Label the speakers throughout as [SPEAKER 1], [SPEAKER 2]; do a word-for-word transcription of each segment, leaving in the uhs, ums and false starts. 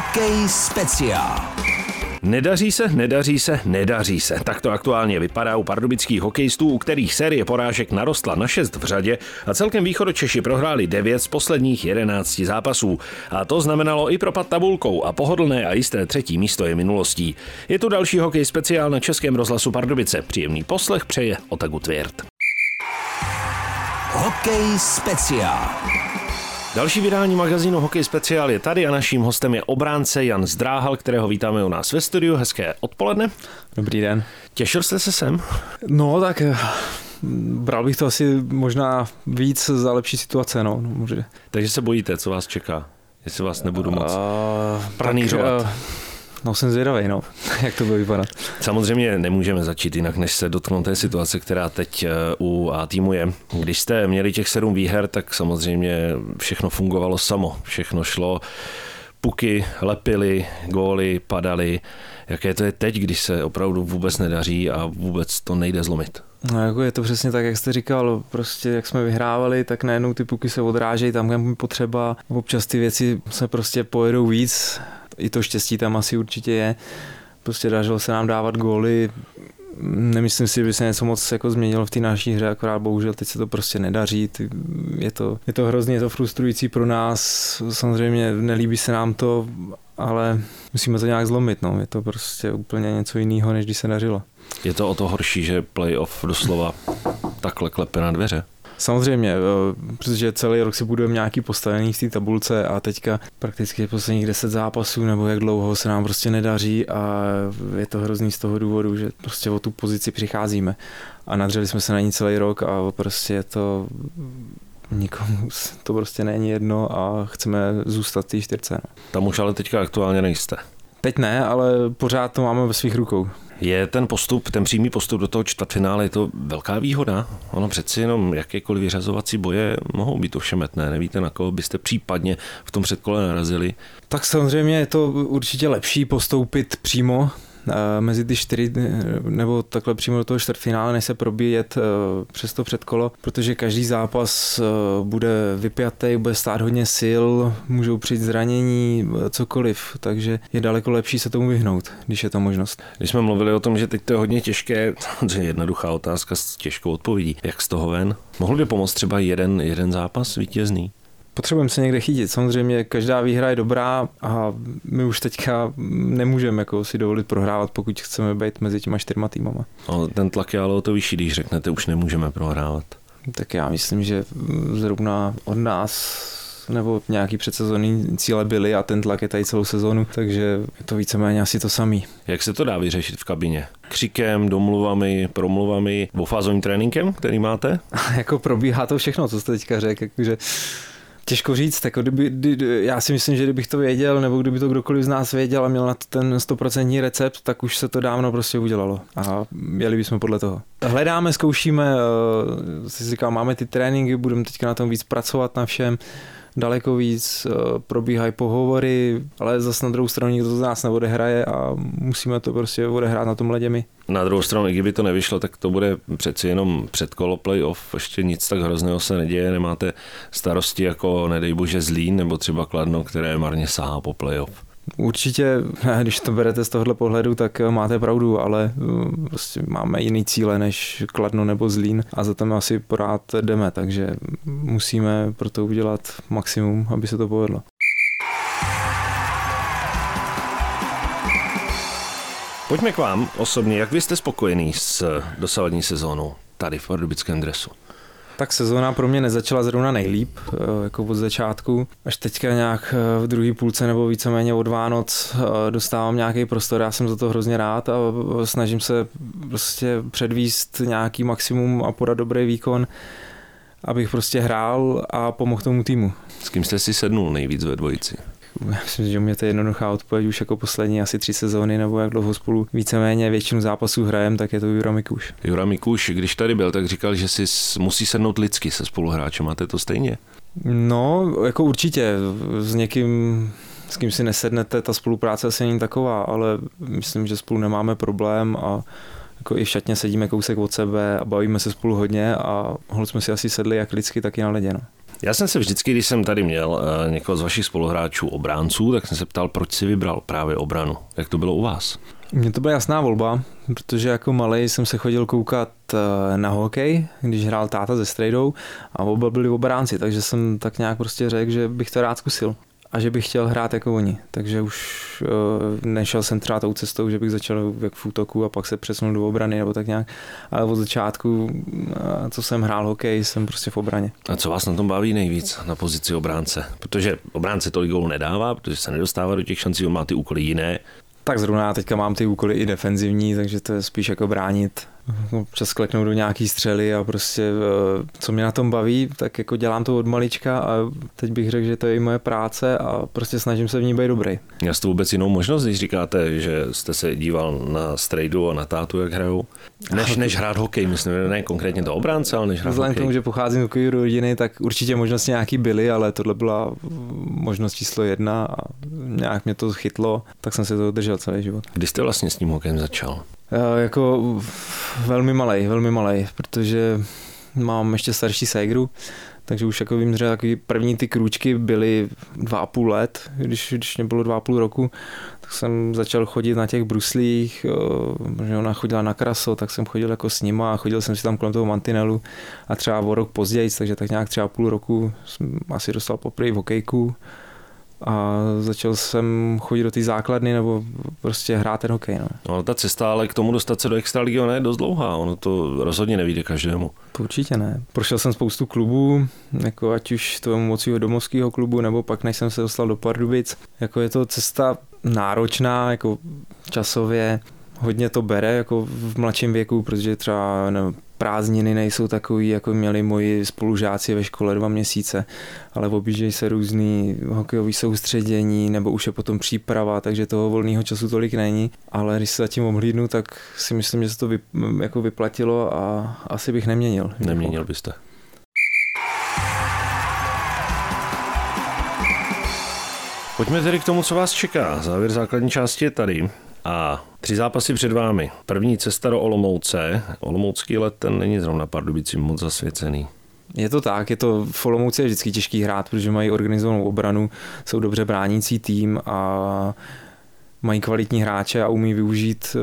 [SPEAKER 1] Hokej speciál.
[SPEAKER 2] Nedaří se, nedaří se, nedaří se. Tak to aktuálně vypadá u pardubických hokejistů, u kterých série porážek narostla na šest v řadě a celkem Východočeši prohráli devět z posledních jedenácti zápasů. A to znamenalo i propad tabulkou a pohodlné a jisté třetí místo je minulostí. Je tu další hokej speciál na Českém rozhlasu Pardubice. Příjemný poslech přeje Otagu Tvěrt.
[SPEAKER 1] Hokej speciál.
[SPEAKER 2] Další vydání magazínu Hokej speciál je tady a naším hostem je obránce Jan Zdráhal, kterého vítáme u nás ve studiu. Hezké odpoledne.
[SPEAKER 3] Dobrý den.
[SPEAKER 2] Těšil jste se sem?
[SPEAKER 3] No tak bral bych to asi možná víc za lepší situace. No, může.
[SPEAKER 2] Takže se bojíte, co vás čeká? Jestli vás nebudu moc uh, pranířovat. Uh,
[SPEAKER 3] no jsem zvědavej, no, jak to bude vypadat.
[SPEAKER 2] Samozřejmě nemůžeme začít jinak, než se dotknout té situace, která teď u A týmu je. Když jste měli těch sedm výher, tak samozřejmě všechno fungovalo samo. Všechno šlo, puky lepily, góly padaly. Jaké to je teď, když se opravdu vůbec nedaří a vůbec to nejde zlomit?
[SPEAKER 3] No jako je to přesně tak, jak jste říkal, prostě jak jsme vyhrávali, tak najednou ty puky se odrážejí tam, kam je potřeba. Občas ty věci se prostě pojedou víc, i to štěstí tam asi určitě je. Prostě dařilo se nám dávat góly. Nemyslím si, že by se něco moc jako změnilo v té naší hře, akorát bohužel teď se to prostě nedaří. Je to, je to hrozně je to frustrující pro nás, samozřejmě nelíbí se nám to, ale musíme to nějak zlomit. No. Je to prostě úplně něco jiného, než když se dařilo.
[SPEAKER 2] Je to o to horší, že playoff doslova takhle klepe na dveře?
[SPEAKER 3] Samozřejmě, protože celý rok si budeme nějaký postavený v té tabulce a teďka prakticky posledních deset zápasů nebo jak dlouho se nám prostě nedaří a je to hrozný z toho důvodu, že prostě o tu pozici přicházíme a nadřeli jsme se na ní celý rok a prostě je to nikomu to prostě není jedno a chceme zůstat v té čtyřce. No.
[SPEAKER 2] Tam už ale teďka aktuálně nejste.
[SPEAKER 3] Teď ne, ale pořád to máme ve svých rukou.
[SPEAKER 2] Je ten postup, ten přímý postup do toho čtvrtfinále, je to velká výhoda? Ono přeci jenom jakékoliv vyřazovací boje mohou být ošemetné. Nevíte, na koho byste případně v tom předkole narazili? Tak
[SPEAKER 3] samozřejmě je to určitě lepší postoupit přímo mezi ty čtyři nebo takhle přímo do toho čtvrtfinále, než se probíjet přes to předkolo, protože každý zápas bude vypjatý, bude stát hodně sil, můžou přijít zranění, cokoliv, takže je daleko lepší se tomu vyhnout, když je to možnost.
[SPEAKER 2] Když jsme mluvili o tom, že teď to je hodně těžké, to je jednoduchá otázka s těžkou odpovědí. Jak z toho ven? Mohl by pomoct třeba jeden, jeden zápas vítězný?
[SPEAKER 3] Potřebujeme se někde chytit. Samozřejmě každá výhra je dobrá a my už teďka nemůžeme jako si dovolit prohrávat, pokud chceme být mezi těma čtyřma týmama.
[SPEAKER 2] No, ten tlak je ale o to vyšší, když řeknete, už nemůžeme prohrávat.
[SPEAKER 3] Tak já myslím, že zrovna od nás nebo nějaký předsezonní cíle byly a ten tlak je tady celou sezonu, takže je to víceméně asi to samý.
[SPEAKER 2] Jak se to dá vyřešit v kabině? Křikem, domluvami, promluvami, dvoufázovým tréninkem, který máte?
[SPEAKER 3] Jako probíhá to všechno, co jste teďka řekl, jakože těžko říct, jako kdyby, kdy, já si myslím, že kdybych to věděl, nebo kdyby to kdokoliv z nás věděl a měl na to ten stoprocentní recept, tak už se to dávno prostě udělalo a jeli bychom podle toho. Hledáme, zkoušíme, si říkám, máme ty tréninky, budeme teďka na tom víc pracovat na všem, daleko víc, probíhají pohovory, ale zase na druhou stranu nikdo z nás neodehraje a musíme to prostě odehrát na tom ledě my.
[SPEAKER 2] Na druhou stranu, i kdyby to nevyšlo, tak to bude přeci jenom předkolo playoff, ještě nic tak hrozného se neděje, nemáte starosti jako nedej bože Zlín nebo třeba Kladno, které marně sahá po playoff.
[SPEAKER 3] Určitě, když to berete z tohohle pohledu, tak máte pravdu, ale prostě máme jiný cíle než Kladno nebo Zlín a za tam asi pořád jdeme, takže musíme pro to udělat maximum, aby se to povedlo.
[SPEAKER 2] Pojďme k vám osobně, jak vy jste spokojený s dosavadní sezónou tady v pardubickém dresu?
[SPEAKER 3] Tak sezóna pro mě nezačala zrovna nejlíp, jako od začátku. Až teďka nějak v druhé půlce nebo víceméně od Vánoc dostávám nějaký prostor, já jsem za to hrozně rád a snažím se prostě předvíst nějaký maximum a podat dobrý výkon, abych prostě hrál a pomohl tomu týmu.
[SPEAKER 2] S kým jste si sednul nejvíc ve dvojici?
[SPEAKER 3] Já myslím, že mě to je jednoduchá odpověď už jako poslední asi tři sezóny, nebo jak dlouho spolu víceméně většinu zápasů hrajem, tak je to Jura Mikuš.
[SPEAKER 2] Jura Mikuš, když tady byl, tak říkal, že si musí sednout lidsky se spoluhráčem. Máte to stejně?
[SPEAKER 3] No, jako určitě. S někým, s kým si nesednete, ta spolupráce asi není taková, ale myslím, že spolu nemáme problém a jako i v šatně sedíme kousek od sebe a bavíme se spolu hodně a hol jsme si asi sedli jak lidsky, tak i na ledě. No.
[SPEAKER 2] Já jsem se vždycky, když jsem tady měl někoho z vašich spoluhráčů obránců, tak jsem se ptal, proč si vybral právě obranu. Jak to bylo u vás?
[SPEAKER 3] Mně to byla jasná volba, protože jako malej jsem se chodil koukat na hokej, když hrál táta se strejdou a oba byli obránci, takže jsem tak nějak prostě řekl, že bych to rád zkusil a že bych chtěl hrát jako oni. Takže už nešel jsem třeba tou cestou, že bych začal jak v útoku a pak se přesunul do obrany nebo tak nějak, ale od začátku, co jsem hrál hokej, jsem prostě v obraně.
[SPEAKER 2] A co vás na tom baví nejvíc na pozici obránce? Protože obránce tolik gólů nedává, protože se nedostává do těch šancí, on má ty úkoly jiné.
[SPEAKER 3] Tak zrovna já teďka mám ty úkoly i defenzivní, takže to je spíš jako bránit. Občas kleknout do nějaký střely a prostě co mě na tom baví, tak jako dělám to od malička a teď bych řekl, že to je i moje práce a prostě snažím se v ní být dobrý.
[SPEAKER 2] Já jste vůbec jinou možnost, když říkáte, že jste se díval na strejdu a na tátu, jak hrajou? Než, než hrát hokej, myslím, ne konkrétně do obránce, ale než hrát
[SPEAKER 3] Vzhledem
[SPEAKER 2] hokej.
[SPEAKER 3] k tomu, že pocházím z hokejové rodiny, tak určitě možnosti nějaký byly, ale tohle byla možnost číslo jedna a nějak mě to chytlo, tak jsem se to držel celý život.
[SPEAKER 2] Kdy jste vlastně s tím hokejem začal?
[SPEAKER 3] Jako velmi malej, velmi malej, protože mám ještě starší ségru, takže už jako vím, že takový první ty krůčky byly dva a půl let, když, když mě bylo dva a půl roku, tak jsem začal chodit na těch bruslích, že ona chodila na kraso, tak jsem chodil jako s nima a chodil jsem si tam kolem toho mantinelu a třeba o rok později, takže tak nějak třeba půl roku jsem asi dostal poprvé v hokejku. A začal jsem chodit do té základny nebo prostě hrát ten hokej. No.
[SPEAKER 2] No, ta cesta ale k tomu dostat se do extraligy je dost dlouhá, ono to rozhodně nevyjde každému.
[SPEAKER 3] To určitě ne. Prošel jsem spoustu klubů, jako ať už toho mocího domovského klubu, nebo pak než jsem se dostal do Pardubic. Jako je to cesta náročná, jako časově, hodně to bere jako v mladším věku, protože třeba ne, prázdniny nejsou takový, jako měli moji spolužáci ve škole dva měsíce, ale objíždějí se různý hokejový soustředění, nebo už je potom příprava, takže toho volného času tolik není, ale když se zatím obhlídnu, tak si myslím, že se to vy, jako vyplatilo a asi bych neměnil.
[SPEAKER 2] Neměnil byste. Pojďme tedy k tomu, co vás čeká. Závěr základní části je tady. A tři zápasy před vámi. První cesta do Olomouce. Olomoucký let ten není zrovna Pardubicím moc zasvěcený.
[SPEAKER 3] Je to tak, je to v Olomouci je vždycky těžký hrát, protože mají organizovanou obranu, jsou dobře bránící tým a mají kvalitní hráče a umí využít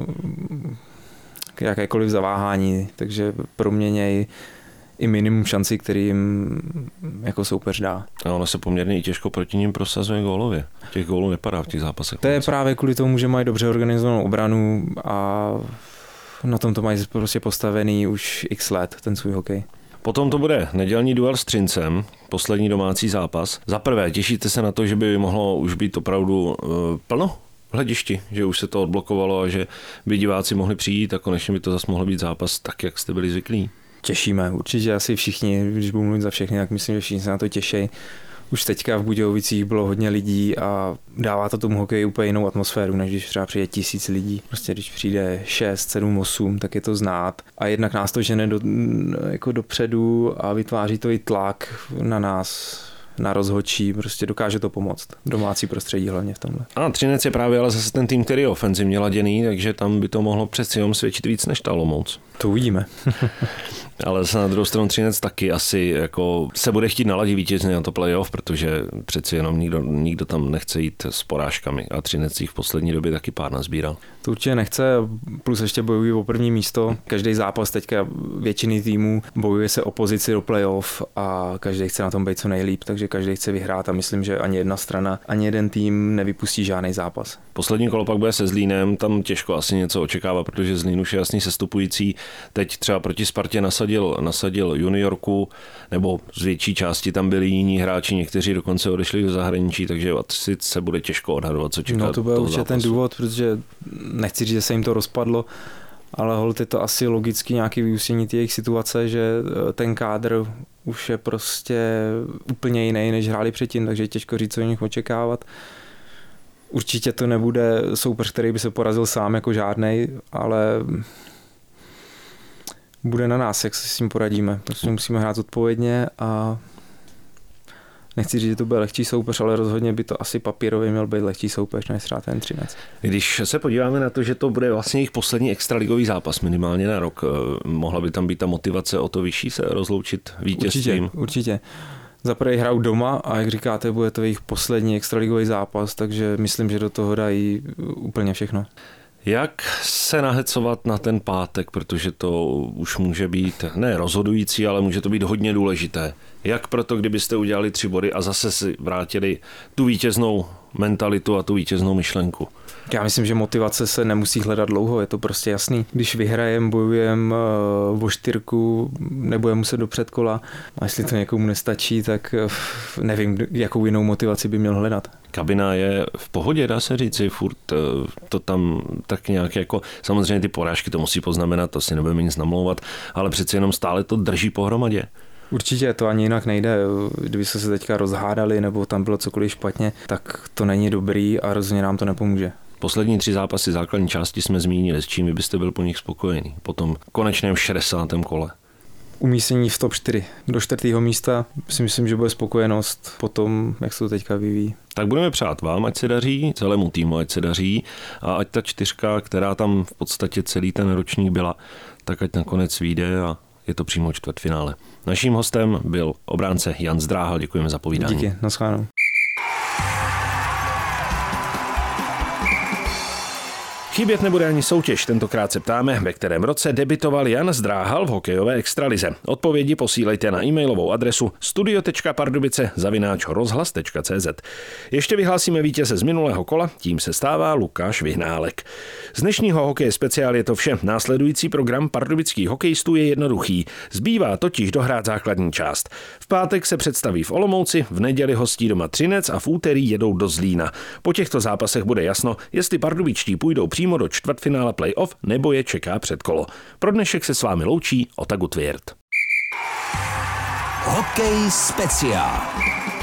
[SPEAKER 3] jakékoliv zaváhání, takže proměněj i minimum šanci, který jim jako soupeř dá.
[SPEAKER 2] A ono se poměrně i těžko proti nim prosazuje gólově. Těch gólů nepadá v těch zápasech.
[SPEAKER 3] To je právě kvůli tomu, že mají dobře organizovanou obranu a na tom to mají prostě postavený už x let, ten svůj hokej.
[SPEAKER 2] Potom to bude nedělní duel s Třincem, poslední domácí zápas. Za prvé, těšíte se na to, že by mohlo už být opravdu uh, plno v hledišti, že už se to odblokovalo a že by diváci mohli přijít a konečně by to zase mohlo být zápas tak, jak jste byli zvyklí?
[SPEAKER 3] Těšíme, určitě asi všichni, když budu mluvit za všechny, tak myslím, že všichni se na to těší. Už teďka v Budějovicích bylo hodně lidí a dává to tomu hokeji úplně jinou atmosféru, než když třeba přijde tisíc lidí. Prostě když přijde šest, sedm, osm, tak je to znát. A jednak nás to žene do, jako dopředu a vytváří to i tlak na nás, na rozhodčí, prostě dokáže to pomoct. Domácí prostředí hlavně v tomhle.
[SPEAKER 2] A Třinec je právě ale zase ten tým, který je ofenzivně laděný, takže tam by to mohlo přeci jenom svědčit víc než ta Olomouc.
[SPEAKER 3] To uvidíme.
[SPEAKER 2] Ale zase na druhou stranu Třinec taky asi jako se bude chtít naladit vítězně na to playoff, protože přeci jenom nikdo, nikdo tam nechce jít s porážkami a Třinec jich v poslední době taky pár nazbíral.
[SPEAKER 3] To určitě nechce, plus ještě bojují o první místo. Každý zápas teďka většiny týmů bojuje se o pozici do playoff a každý chce na tom být co nejlíp, takže každý chce vyhrát a myslím, že ani jedna strana, ani jeden tým nevypustí žádný zápas.
[SPEAKER 2] Poslední kolo pak bude se Zlínem, tam těžko asi něco očekávat, protože Zlín už je jasný sestupující. Teď třeba proti Spartě nasadil, nasadil juniorku, nebo z větší části tam byli jiní hráči, někteří dokonce odešli do zahraničí, takže asi se bude těžko odhadovat, co čeká.
[SPEAKER 3] No to byl určitě ten důvod, protože nechci říct, že se jim to rozpadlo, ale holt je to asi logicky nějaký vyústění té jejich situace, že ten kádr už je prostě úplně jiný, než hráli předtím, takže je těžko říct, co o nich očekávat. Určitě to nebude soupeř, který by se porazil sám jako žádnej, ale bude na nás, jak se s tím poradíme. Prostě musíme hrát odpovědně a nechci říct, že to byl lehčí soupeř, ale rozhodně by to asi papírově měl být lehčí soupeř než třeba ten Třinec.
[SPEAKER 2] Když se podíváme na to, že to bude vlastně jejich poslední extraligový zápas minimálně na rok, mohla by tam být ta motivace o to vyšší se rozloučit vítězstvím?
[SPEAKER 3] Určitě, určitě. za prvé hrajou doma a jak říkáte, bude to jejich poslední extraligový zápas, takže myslím, že do toho dají úplně všechno.
[SPEAKER 2] Jak se nahecovat na ten pátek, protože to už může být ne rozhodující, ale může to být hodně důležité. Jak proto, kdybyste udělali tři body a zase si vrátili tu vítěznou mentalitu a tu vítěznou myšlenku?
[SPEAKER 3] Já myslím, že motivace se nemusí hledat dlouho, je to prostě jasný. Když vyhrajem, bojujem o čtyřku, nebudeme muset do předkola a jestli to někomu nestačí, tak nevím, jakou jinou motivaci by měl hledat.
[SPEAKER 2] Kabina je v pohodě, dá se říci, furt to tam tak nějak jako, samozřejmě ty porážky to musí poznamenat, to si nebudeme nic namlouvat, ale přeci jenom stále to drží pohromadě.
[SPEAKER 3] Určitě to ani jinak nejde. Kdyby se se teďka rozhádali nebo tam bylo cokoliv špatně, tak to není dobrý a rozhodně nám to nepomůže.
[SPEAKER 2] Poslední tři zápasy základní části jsme zmínili, s čím byste byl po nich spokojený. Po tom konečném šedesátém kole.
[SPEAKER 3] Umístění v top čtyři. Do čtvrtého místa si myslím, že bude spokojenost po tom, jak se to teďka vyvíjí.
[SPEAKER 2] Tak budeme přát vám, ať se daří, celému týmu, ať se daří a ať ta čtyřka, která tam v podstatě celý ten ročník byla, tak ať nakonec vyjde a je to přímo čtvrtfinále. Naším hostem byl obránce Jan Zdráhal, děkujeme za povídání.
[SPEAKER 3] Díky, naschledanou.
[SPEAKER 2] Chybět nebude ani soutěž, tentokrát se ptáme, ve kterém roce debitoval Jan Zdráhal v hokejové extralize. Odpovědi posílejte na e-mailovou adresu studio tečka pardubice zavináč rozhlas tečka cé zet. Ještě vyhlásíme vítěze z minulého kola, tím se stává Lukáš Vyhnálek. Z dnešního hokeje speciál je to vše. Následující program pardubických hokejistů je jednoduchý. Zbývá totiž dohrát základní část. V pátek se představí v Olomouci, v neděli hostí doma Třinec a v úterý jedou do Zlína. Po těchto zápasech bude jasno, jestli pardubičtí půjdou přímo do čtvrtfinále playoff nebo je čeká předkolo. Pro dnešek se s vámi loučí Ota Gutwirth.
[SPEAKER 1] Hokej speciál.